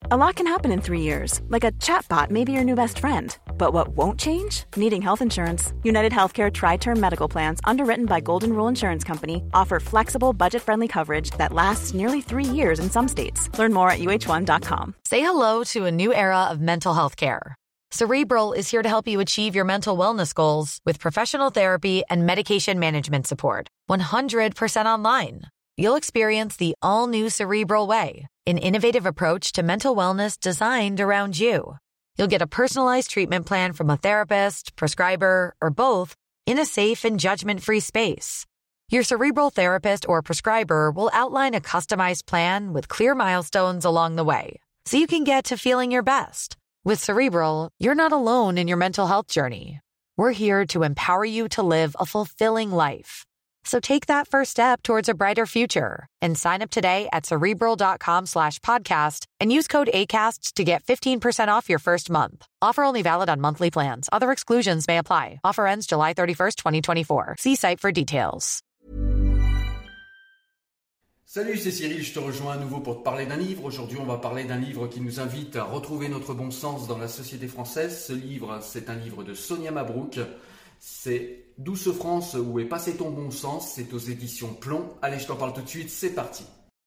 A lot can happen in 3 years, like a chatbot may be your new best friend. But what won't change? Needing health insurance. United Healthcare Tri-Term Medical Plans, underwritten by Golden Rule Insurance Company, offer flexible, budget-friendly coverage that lasts nearly 3 years in some states. Learn more at uh1.com. Say hello to a new era of mental health care. Cerebral is here to help you achieve your mental wellness goals with professional therapy and medication management support. 100% online. You'll experience the all-new Cerebral Way, an innovative approach to mental wellness designed around you. You'll get a personalized treatment plan from a therapist, prescriber, or both in a safe and judgment-free space. Your Cerebral therapist or prescriber will outline a customized plan with clear milestones along the way, so you can get to feeling your best. With Cerebral, you're not alone in your mental health journey. We're here to empower you to live a fulfilling life. So take that first step towards a brighter future and sign up today at Cerebral.com/podcast and use code ACAST to get 15% off your first month. Offer only valid on monthly plans. Other exclusions may apply. Offer ends July 31st, 2024. See site for details. Salut, c'est Cyril, je te rejoins à nouveau pour te parler d'un livre. Aujourd'hui, on va parler d'un livre qui nous invite à retrouver notre bon sens dans la société française. Ce livre, c'est un livre de Sonia Mabrouk. C'est Douce France, où est passé ton bon sens? C'est aux éditions Plomb. Allez, je t'en parle tout de suite, c'est parti.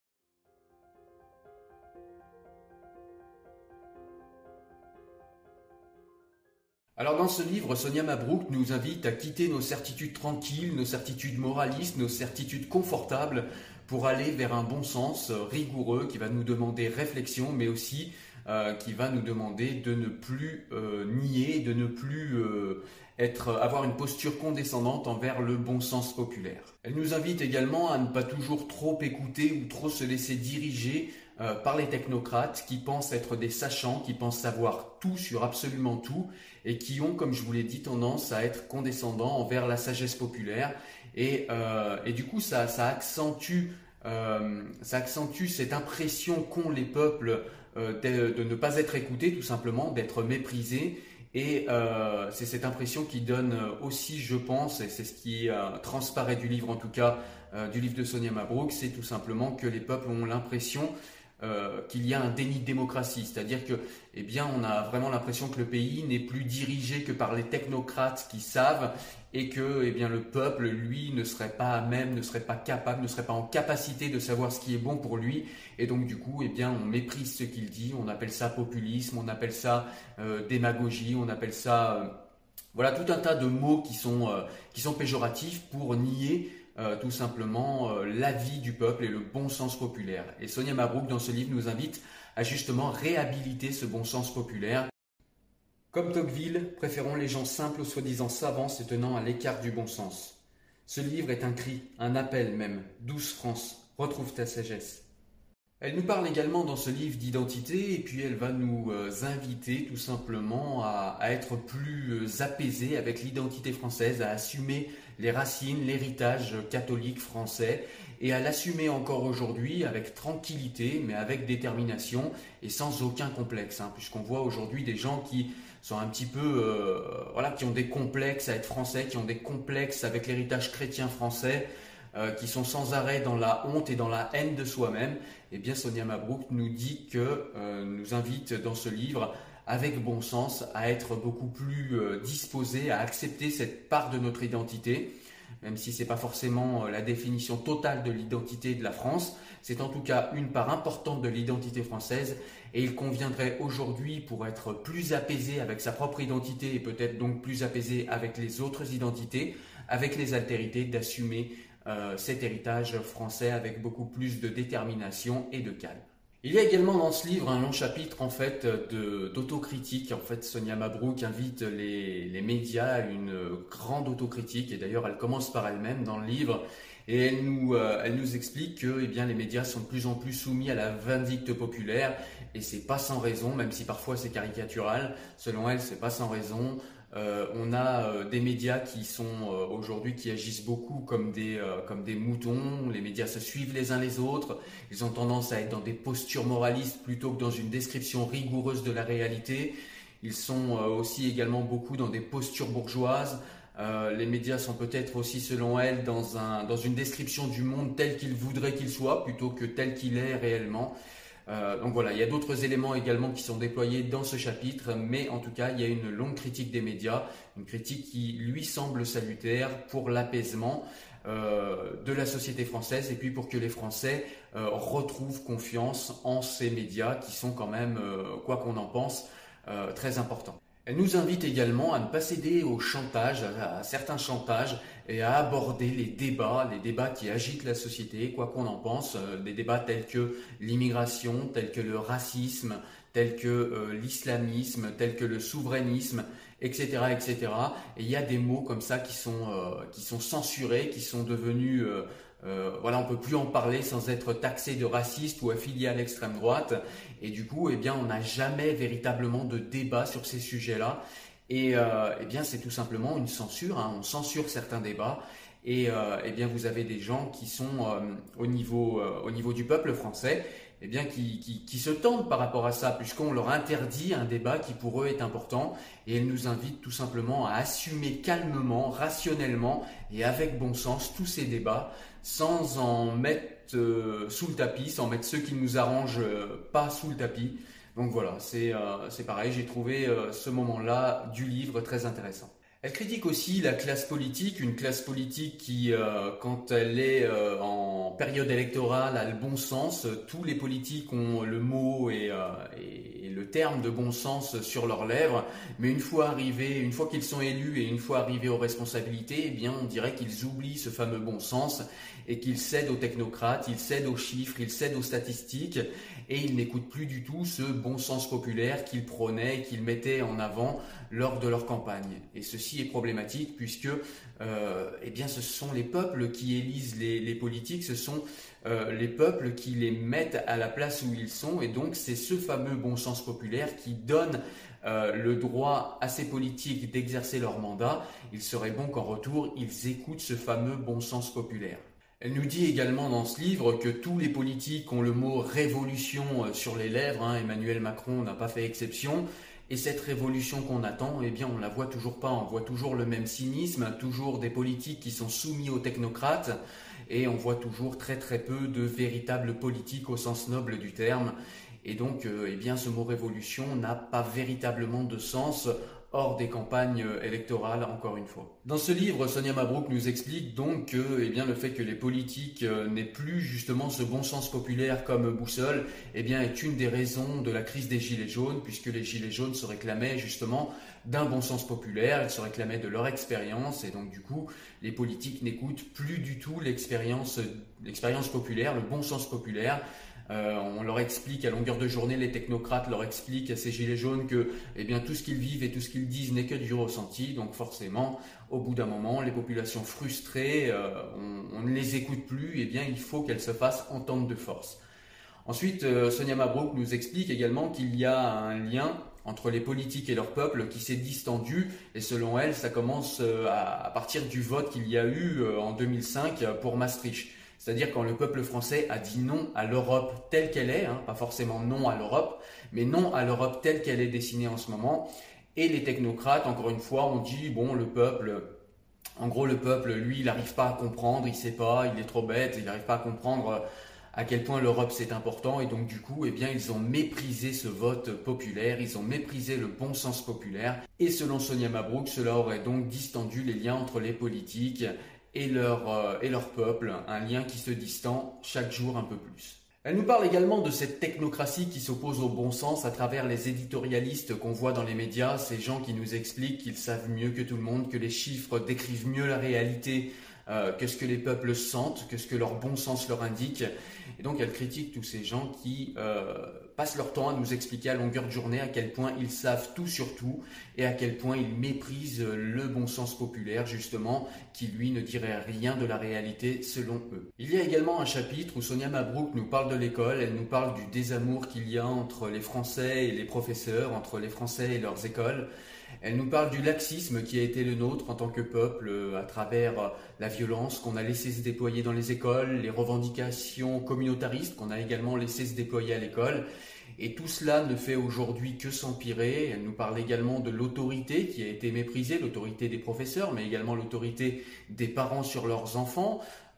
Alors dans ce livre, Sonia Mabrouk nous invite à quitter nos certitudes tranquilles, nos certitudes moralistes, nos certitudes confortables pour aller vers un bon sens rigoureux qui va nous demander réflexion, mais aussi qui va nous demander de ne plus nier, de ne plus avoir une posture condescendante envers le bon sens populaire. Elle nous invite également à ne pas toujours trop écouter ou trop se laisser diriger par les technocrates qui pensent être des sachants, qui pensent savoir tout sur absolument tout et qui ont, comme je vous l'ai dit, tendance à être condescendants envers la sagesse populaire et du coup ça accentue cette impression qu'ont les peuples de ne pas être écoutés, tout simplement, d'être méprisés. Et c'est cette impression qui donne aussi, je pense, et c'est ce qui transparaît du livre, en tout cas du livre de Sonia Mabrouk, c'est tout simplement que les peuples ont l'impression qu'il y a un déni de démocratie, c'est-à-dire que, eh bien, on a vraiment l'impression que le pays n'est plus dirigé que par les technocrates qui savent et que, eh bien, le peuple, lui, ne serait pas à même, ne serait pas capable, ne serait pas en capacité de savoir ce qui est bon pour lui, et donc du coup, eh bien, on méprise ce qu'il dit, on appelle ça populisme, on appelle ça démagogie, on appelle ça, voilà, tout un tas de mots qui sont péjoratifs pour nier tout simplement l'avis du peuple et le bon sens populaire. Et Sonia Mabrouk, dans ce livre, nous invite à justement réhabiliter ce bon sens populaire. Comme Tocqueville, préférons les gens simples aux soi-disant savants se tenant à l'écart du bon sens. Ce livre est un cri, un appel même. Douce France, retrouve ta sagesse. Elle nous parle également dans ce livre d'identité et puis elle va nous inviter tout simplement à être plus apaisés avec l'identité française, à assumer les racines, l'héritage catholique français et à l'assumer encore aujourd'hui avec tranquillité mais avec détermination et sans aucun complexe, puisqu'on voit aujourd'hui des gens qui sont un petit peu, qui ont des complexes à être français, qui ont des complexes avec l'héritage chrétien français, qui sont sans arrêt dans la honte et dans la haine de soi-même. Eh bien, Sonia Mabrouk nous dit nous invite dans ce livre, avec bon sens, à être beaucoup plus disposés à accepter cette part de notre identité, même si ce n'est pas forcément la définition totale de l'identité de la France, c'est en tout cas une part importante de l'identité française et il conviendrait aujourd'hui, pour être plus apaisé avec sa propre identité et peut-être donc plus apaisé avec les autres identités, avec les altérités, d'assumer cet héritage français avec beaucoup plus de détermination et de calme. Il y a également dans ce livre un long chapitre en fait d'autocritique. En fait, Sonia Mabrouk invite les médias à une grande autocritique et d'ailleurs elle commence par elle-même dans le livre et elle nous explique que les médias sont de plus en plus soumis à la vindicte populaire et c'est pas sans raison, même si parfois c'est caricatural. Selon elle, c'est pas sans raison. On a des médias qui sont aujourd'hui qui agissent beaucoup comme des moutons. Les médias se suivent les uns les autres. Ils ont tendance à être dans des postures moralistes plutôt que dans une description rigoureuse de la réalité. Ils sont aussi également beaucoup dans des postures bourgeoises. Les médias sont peut-être aussi, selon elle, dans une description du monde tel qu'ils voudraient qu'il soit plutôt que tel qu'il est réellement. Donc voilà, il y a d'autres éléments également qui sont déployés dans ce chapitre, mais en tout cas, il y a une longue critique des médias, une critique qui lui semble salutaire pour l'apaisement de la société française et puis pour que les Français retrouvent confiance en ces médias qui sont quand même, quoi qu'on en pense, très importants. Elle nous invite également à ne pas céder au chantage, à certains chantages et à aborder les débats qui agitent la société, quoi qu'on en pense, des débats tels que l'immigration, tels que le racisme, tels que l'islamisme, tels que le souverainisme, etc., etc. Et il y a des mots comme ça qui sont censurés, qui sont devenus... voilà, on peut plus en parler sans être taxé de raciste ou affilié à l'extrême droite. Et du coup, eh bien, on n'a jamais véritablement de débat sur ces sujets-là. Et eh bien, c'est tout simplement une censure. Hein. On censure certains débats. Et eh bien, vous avez des gens qui sont au niveau du peuple français, eh bien, qui se tendent par rapport à ça, puisqu'on leur interdit un débat qui pour eux est important. Et ils nous invitent tout simplement à assumer calmement, rationnellement et avec bon sens tous ces débats, sans en mettre sous le tapis, sans mettre ceux qui ne nous arrangent pas sous le tapis. Donc voilà, c'est pareil, j'ai trouvé ce moment-là du livre très intéressant. Elle critique aussi la classe politique, une classe politique qui, quand elle est en période électorale, a le bon sens. Tous les politiques ont le mot et le terme de bon sens sur leurs lèvres, mais une fois qu'ils sont élus et une fois arrivés aux responsabilités, eh bien, on dirait qu'ils oublient ce fameux bon sens et qu'ils cèdent aux technocrates, ils cèdent aux chiffres, ils cèdent aux statistiques et ils n'écoutent plus du tout ce bon sens populaire qu'ils prônaient et qu'ils mettaient en avant lors de leur campagne. Et ceci est problématique puisque eh bien, ce sont les peuples qui élisent les politiques, ce sont les peuples qui les mettent à la place où ils sont et donc c'est ce fameux bon sens populaire qui donne le droit à ces politiques d'exercer leur mandat. Il serait bon qu'en retour, ils écoutent ce fameux bon sens populaire. Elle nous dit également dans ce livre que tous les politiques ont le mot révolution sur les lèvres. Hein. Emmanuel Macron n'a pas fait exception. Et cette révolution qu'on attend, eh bien, on la voit toujours pas. On voit toujours le même cynisme, toujours des politiques qui sont soumis aux technocrates. Et on voit toujours très très peu de véritables politiques au sens noble du terme. Et donc, eh bien, ce mot révolution n'a pas véritablement de sens hors des campagnes électorales, encore une fois. Dans ce livre, Sonia Mabrouk nous explique donc que eh bien, le fait que les politiques n'aient plus justement ce bon sens populaire comme boussole eh bien, est une des raisons de la crise des Gilets jaunes, puisque les Gilets jaunes se réclamaient justement d'un bon sens populaire, ils se réclamaient de leur expérience, et donc du coup, les politiques n'écoutent plus du tout l'expérience populaire, le bon sens populaire. On leur explique à longueur de journée, les technocrates leur expliquent à ces gilets jaunes que eh bien, tout ce qu'ils vivent et tout ce qu'ils disent n'est que du ressenti. Donc forcément, au bout d'un moment, les populations frustrées, on ne les écoute plus. Eh bien, il faut qu'elles se fassent entendre de force. Ensuite, Sonia Mabrouk nous explique également qu'il y a un lien entre les politiques et leur peuple qui s'est distendu. Et selon elle, ça commence à partir du vote qu'il y a eu en 2005 pour Maastricht. C'est-à-dire quand le peuple français a dit non à l'Europe telle qu'elle est, hein, pas forcément non à l'Europe, mais non à l'Europe telle qu'elle est dessinée en ce moment. Et les technocrates, encore une fois, ont dit, bon, le peuple, lui, il n'arrive pas à comprendre, il ne sait pas, il est trop bête, il n'arrive pas à comprendre à quel point l'Europe c'est important. Et donc du coup, eh bien, ils ont méprisé ce vote populaire, ils ont méprisé le bon sens populaire. Et selon Sonia Mabrouk, cela aurait donc distendu les liens entre les politiques et leur peuple, un lien qui se distend chaque jour un peu plus. Elle nous parle également de cette technocratie qui s'oppose au bon sens à travers les éditorialistes qu'on voit dans les médias, ces gens qui nous expliquent qu'ils savent mieux que tout le monde, que les chiffres décrivent mieux la réalité que ce que les peuples sentent, que ce que leur bon sens leur indique. Et donc elle critique tous ces gens qui passent leur temps à nous expliquer à longueur de journée à quel point ils savent tout sur tout et à quel point ils méprisent le bon sens populaire justement qui lui ne dirait rien de la réalité selon eux. Il y a également un chapitre où Sonia Mabrouk nous parle de l'école, elle nous parle du désamour qu'il y a entre les Français et les professeurs, entre les Français et leurs écoles. Elle nous parle du laxisme qui a été le nôtre en tant que peuple à travers la violence qu'on a laissé se déployer dans les écoles, les revendications communautaristes qu'on a également laissé se déployer à l'école. Et tout cela ne fait aujourd'hui que s'empirer. Elle nous parle également de l'autorité qui a été méprisée, l'autorité des professeurs, mais également l'autorité des parents sur leurs enfants.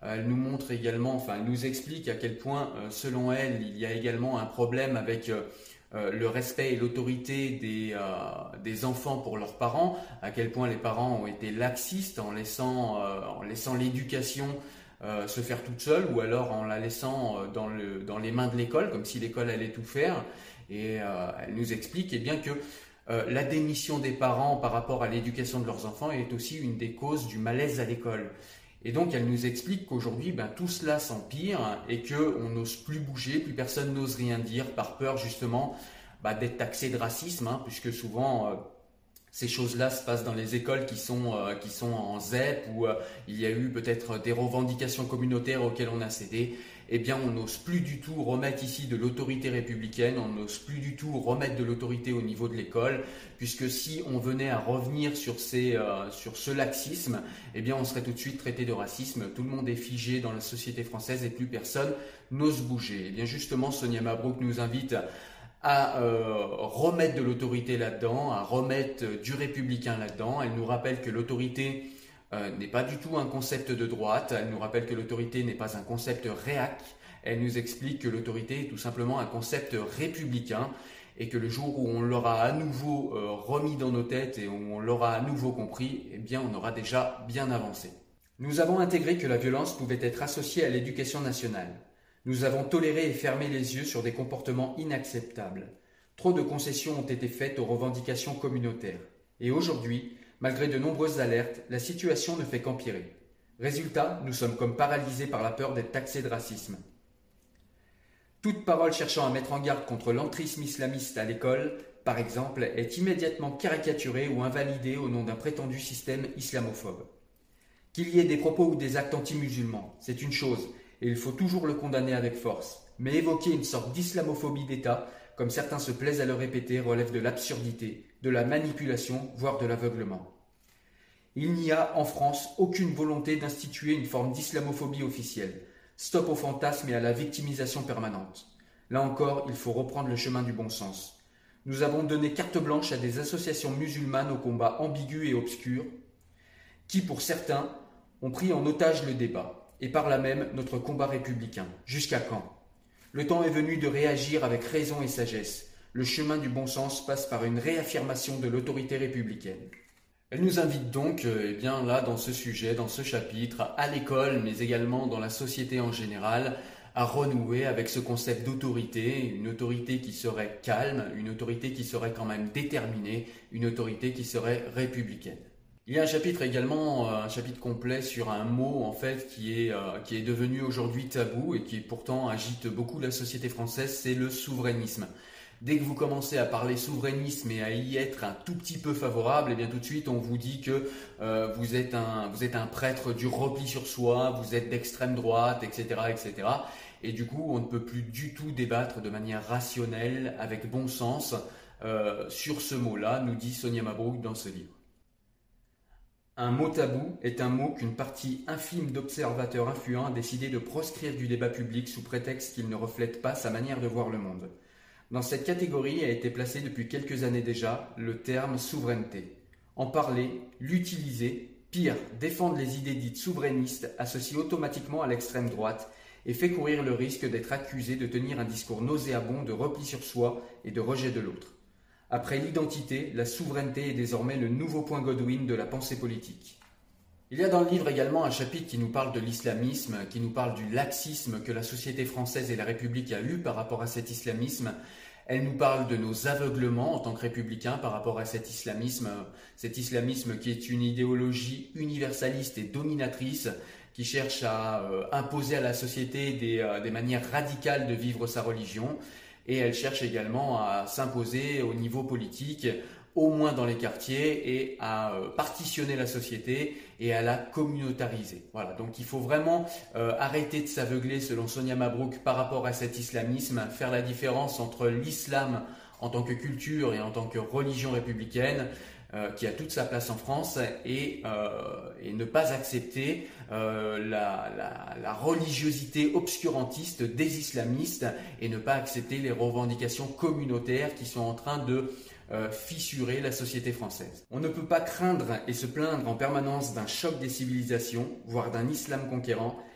Elle nous montre également, elle nous explique à quel point, selon elle, il y a également un problème avec le respect et l'autorité des enfants pour leurs parents, à quel point les parents ont été laxistes en laissant l'éducation se faire toute seule, ou alors en la laissant dans les mains de l'école, comme si l'école allait tout faire. Et elle nous explique bien que la démission des parents par rapport à l'éducation de leurs enfants est aussi une des causes du malaise à l'école. Et donc elle nous explique qu'aujourd'hui tout cela s'empire et qu'on n'ose plus bouger, plus personne n'ose rien dire par peur justement d'être taxé de racisme, puisque souvent ces choses-là se passent dans les écoles qui sont en ZEP, où il y a eu peut-être des revendications communautaires auxquelles on a cédé. Eh bien, on n'ose plus du tout remettre ici de l'autorité républicaine, on n'ose plus du tout remettre de l'autorité au niveau de l'école, puisque si on venait à revenir sur ce laxisme, eh bien, on serait tout de suite traité de racisme. Tout le monde est figé dans la société française et plus personne n'ose bouger. Eh bien, justement, Sonia Mabrouk nous invite à remettre de l'autorité là-dedans, à remettre du républicain là-dedans. Elle nous rappelle que l'autorité n'est pas du tout un concept de droite, elle nous rappelle que l'autorité n'est pas un concept réac, elle nous explique que l'autorité est tout simplement un concept républicain et que le jour où on l'aura à nouveau remis dans nos têtes et où on l'aura à nouveau compris, eh bien on aura déjà bien avancé. Nous avons intégré que la violence pouvait être associée à l'éducation nationale. Nous avons toléré et fermé les yeux sur des comportements inacceptables. Trop de concessions ont été faites aux revendications communautaires. Et aujourd'hui, malgré de nombreuses alertes, la situation ne fait qu'empirer. Résultat, nous sommes comme paralysés par la peur d'être taxés de racisme. Toute parole cherchant à mettre en garde contre l'entrisme islamiste à l'école, par exemple, est immédiatement caricaturée ou invalidée au nom d'un prétendu système islamophobe. Qu'il y ait des propos ou des actes anti-musulmans, c'est une chose, et il faut toujours le condamner avec force. Mais évoquer une sorte d'islamophobie d'État, comme certains se plaisent à le répéter, relève de l'absurdité, de la manipulation, voire de l'aveuglement. Il n'y a, en France, aucune volonté d'instituer une forme d'islamophobie officielle. Stop au fantasme et à la victimisation permanente. Là encore, il faut reprendre le chemin du bon sens. Nous avons donné carte blanche à des associations musulmanes au combat ambigu et obscur, qui, pour certains, ont pris en otage le débat, et par là même notre combat républicain. Jusqu'à quand ? Le temps est venu de réagir avec raison et sagesse. Le chemin du bon sens passe par une réaffirmation de l'autorité républicaine. Elle nous invite donc, là, dans ce sujet, dans ce chapitre, à l'école, mais également dans la société en général, à renouer avec ce concept d'autorité, une autorité qui serait calme, une autorité qui serait quand même déterminée, une autorité qui serait républicaine. Il y a un chapitre également, un chapitre complet sur un mot en fait qui est devenu aujourd'hui tabou et qui pourtant agite beaucoup la société française, c'est le souverainisme. Dès que vous commencez à parler souverainisme et à y être un tout petit peu favorable, et bien tout de suite on vous dit que vous êtes un prêtre du repli sur soi, vous êtes d'extrême droite, etc., etc. Et du coup on ne peut plus du tout débattre de manière rationnelle, avec bon sens, sur ce mot-là, nous dit Sonia Mabrouk dans ce livre. Un mot tabou est un mot qu'une partie infime d'observateurs influents a décidé de proscrire du débat public sous prétexte qu'il ne reflète pas sa manière de voir le monde. Dans cette catégorie a été placé depuis quelques années déjà le terme souveraineté. En parler, l'utiliser, pire, défendre les idées dites souverainistes associe automatiquement à l'extrême droite et fait courir le risque d'être accusé de tenir un discours nauséabond de repli sur soi et de rejet de l'autre. Après l'identité, la souveraineté est désormais le nouveau point Godwin de la pensée politique. Il y a dans le livre également un chapitre qui nous parle de l'islamisme, qui nous parle du laxisme que la société française et la République a eu par rapport à cet islamisme. Elle nous parle de nos aveuglements en tant que républicains par rapport à cet islamisme qui est une idéologie universaliste et dominatrice, qui cherche à imposer à la société des manières radicales de vivre sa religion. Et elle cherche également à s'imposer au niveau politique, au moins dans les quartiers, et à partitionner la société et à la communautariser. Voilà, donc il faut vraiment arrêter de s'aveugler, selon Sonia Mabrouk, par rapport à cet islamisme, faire la différence entre l'islam en tant que culture et en tant que religion républicaine, qui a toute sa place en France, et ne pas accepter la religiosité obscurantiste des islamistes et ne pas accepter les revendications communautaires qui sont en train de fissurer la société française. On ne peut pas craindre et se plaindre en permanence d'un choc des civilisations, voire d'un islam conquérant,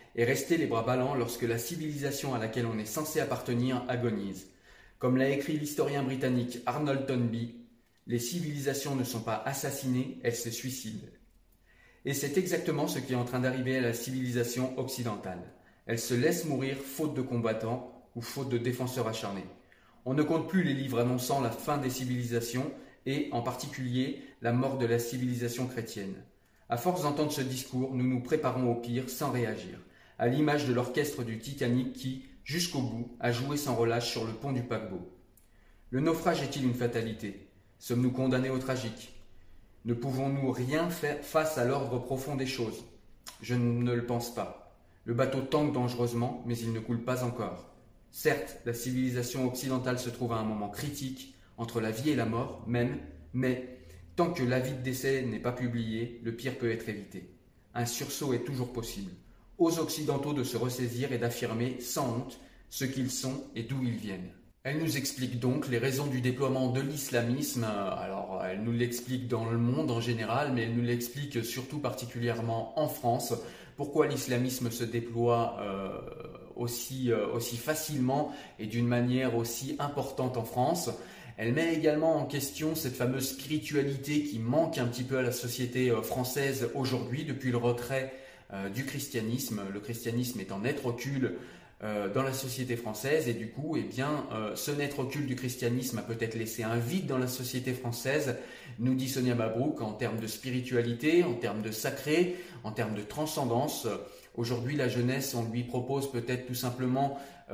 et rester les bras ballants lorsque la civilisation à laquelle on est censé appartenir agonise. Comme l'a écrit l'historien britannique Arnold Toynbee, les civilisations ne sont pas assassinées, elles se suicident. Et c'est exactement ce qui est en train d'arriver à la civilisation occidentale. Elle se laisse mourir faute de combattants ou faute de défenseurs acharnés. On ne compte plus les livres annonçant la fin des civilisations et, en particulier, la mort de la civilisation chrétienne. À force d'entendre ce discours, nous nous préparons au pire sans réagir, à l'image de l'orchestre du Titanic qui, jusqu'au bout, a joué sans relâche sur le pont du paquebot. Le naufrage est-il une fatalité ? Sommes-nous condamnés au tragique ? Ne pouvons-nous rien faire face à l'ordre profond des choses ? Je ne le pense pas. Le bateau tangue dangereusement, mais il ne coule pas encore. Certes, la civilisation occidentale se trouve à un moment critique, entre la vie et la mort même, mais tant que l'avis de décès n'est pas publié, le pire peut être évité. Un sursaut est toujours possible. Aux Occidentaux de se ressaisir et d'affirmer, sans honte, ce qu'ils sont et d'où ils viennent. Elle nous explique donc les raisons du déploiement de l'islamisme. Alors, elle nous l'explique dans le monde en général, mais elle nous l'explique surtout particulièrement en France. Pourquoi l'islamisme se déploie aussi facilement et d'une manière aussi importante en France. Elle met également en question cette fameuse spiritualité qui manque un petit peu à la société française aujourd'hui depuis le retrait du christianisme. Le christianisme est en net recul dans la société française et du coup, ce net recul du christianisme a peut-être laissé un vide dans la société française, nous dit Sonia Mabrouk, en termes de spiritualité, en termes de sacré, en termes de transcendance. Aujourd'hui, la jeunesse, on lui propose peut-être tout simplement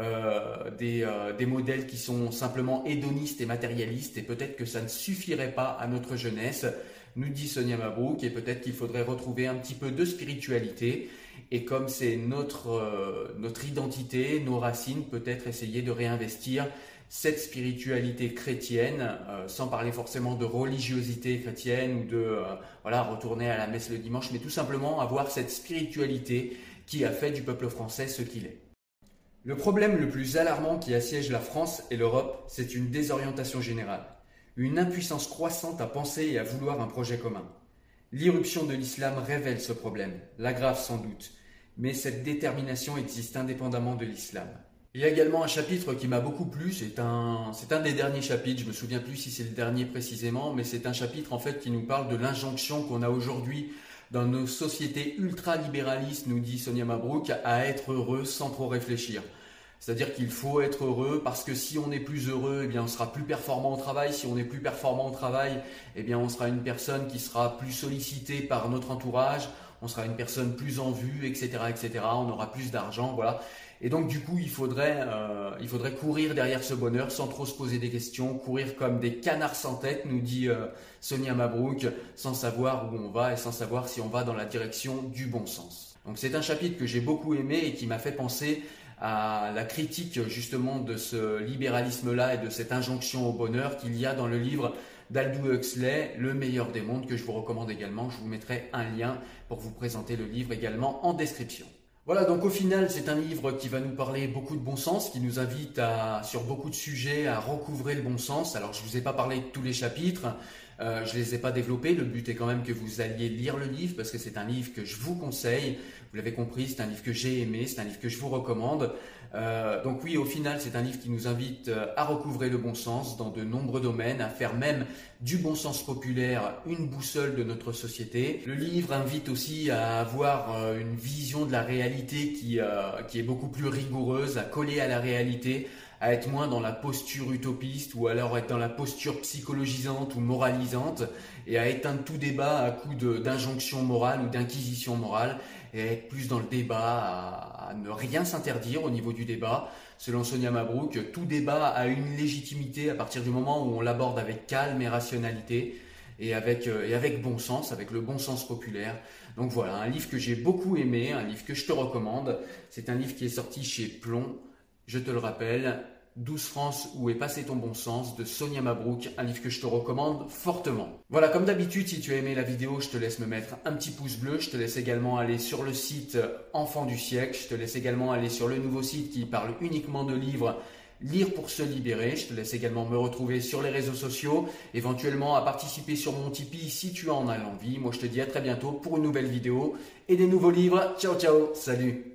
des modèles qui sont simplement hédonistes et matérialistes et peut-être que ça ne suffirait pas à notre jeunesse, nous dit Sonia Mabrouk, et peut-être qu'il faudrait retrouver un petit peu de spiritualité et comme c'est notre identité, nos racines, peut-être essayer de réinvestir cette spiritualité chrétienne, sans parler forcément de religiosité chrétienne ou de retourner à la messe le dimanche, mais tout simplement avoir cette spiritualité qui a fait du peuple français ce qu'il est. Le problème le plus alarmant qui assiège la France et l'Europe, c'est une désorientation générale, une impuissance croissante à penser et à vouloir un projet commun. L'irruption de l'islam révèle ce problème, l'aggrave sans doute, mais cette détermination existe indépendamment de l'islam. Il y a également un chapitre qui m'a beaucoup plu, c'est un des derniers chapitres, je ne me souviens plus si c'est le dernier précisément, mais c'est un chapitre en fait qui nous parle de l'injonction qu'on a aujourd'hui dans nos sociétés ultra-libéralistes, nous dit Sonia Mabrouk, à être heureux sans trop réfléchir. C'est-à-dire qu'il faut être heureux parce que si on est plus heureux, on sera plus performant au travail. Si on est plus performant au travail, on sera une personne qui sera plus sollicitée par notre entourage. On sera une personne plus en vue, etc., etc. On aura plus d'argent, voilà. Et donc du coup, il faudrait courir derrière ce bonheur sans trop se poser des questions, courir comme des canards sans tête, nous dit Sonia Mabrouk, sans savoir où on va et sans savoir si on va dans la direction du bon sens. Donc c'est un chapitre que j'ai beaucoup aimé et qui m'a fait penser à la critique justement de ce libéralisme-là et de cette injonction au bonheur qu'il y a dans le livre d'Aldous Huxley, Le meilleur des mondes, que je vous recommande également. Je vous mettrai un lien pour vous présenter le livre également en description. Voilà, donc au final, c'est un livre qui va nous parler beaucoup de bon sens, qui nous invite sur beaucoup de sujets à recouvrer le bon sens. Alors, je ne vous ai pas parlé de tous les chapitres, je ne les ai pas développés. Le but est quand même que vous alliez lire le livre parce que c'est un livre que je vous conseille. Vous l'avez compris, c'est un livre que j'ai aimé, c'est un livre que je vous recommande. Donc oui, au final, c'est un livre qui nous invite à recouvrer le bon sens dans de nombreux domaines, à faire même du bon sens populaire une boussole de notre société. Le livre invite aussi à avoir une vision de la réalité qui est beaucoup plus rigoureuse, à coller à la réalité, à être moins dans la posture utopiste ou alors être dans la posture psychologisante ou moralisante et à éteindre tout débat à coup d'injonction morale ou d'inquisition morale et à être plus dans le débat, à ne rien s'interdire au niveau du débat. Selon Sonia Mabrouk, tout débat a une légitimité à partir du moment où on l'aborde avec calme et rationalité et avec bon sens, avec le bon sens populaire. Donc voilà, un livre que j'ai beaucoup aimé, un livre que je te recommande. C'est un livre qui est sorti chez Plomb, je te le rappelle, 12 France, où est passé ton bon sens, de Sonia Mabrouk, un livre que je te recommande fortement. Voilà, comme d'habitude, si tu as aimé la vidéo, je te laisse me mettre un petit pouce bleu, je te laisse également aller sur le site Enfants du siècle, je te laisse également aller sur le nouveau site qui parle uniquement de livres, Lire pour se libérer, je te laisse également me retrouver sur les réseaux sociaux, éventuellement à participer sur mon Tipeee si tu en as l'envie. Moi je te dis à très bientôt pour une nouvelle vidéo et des nouveaux livres. Ciao ciao, salut!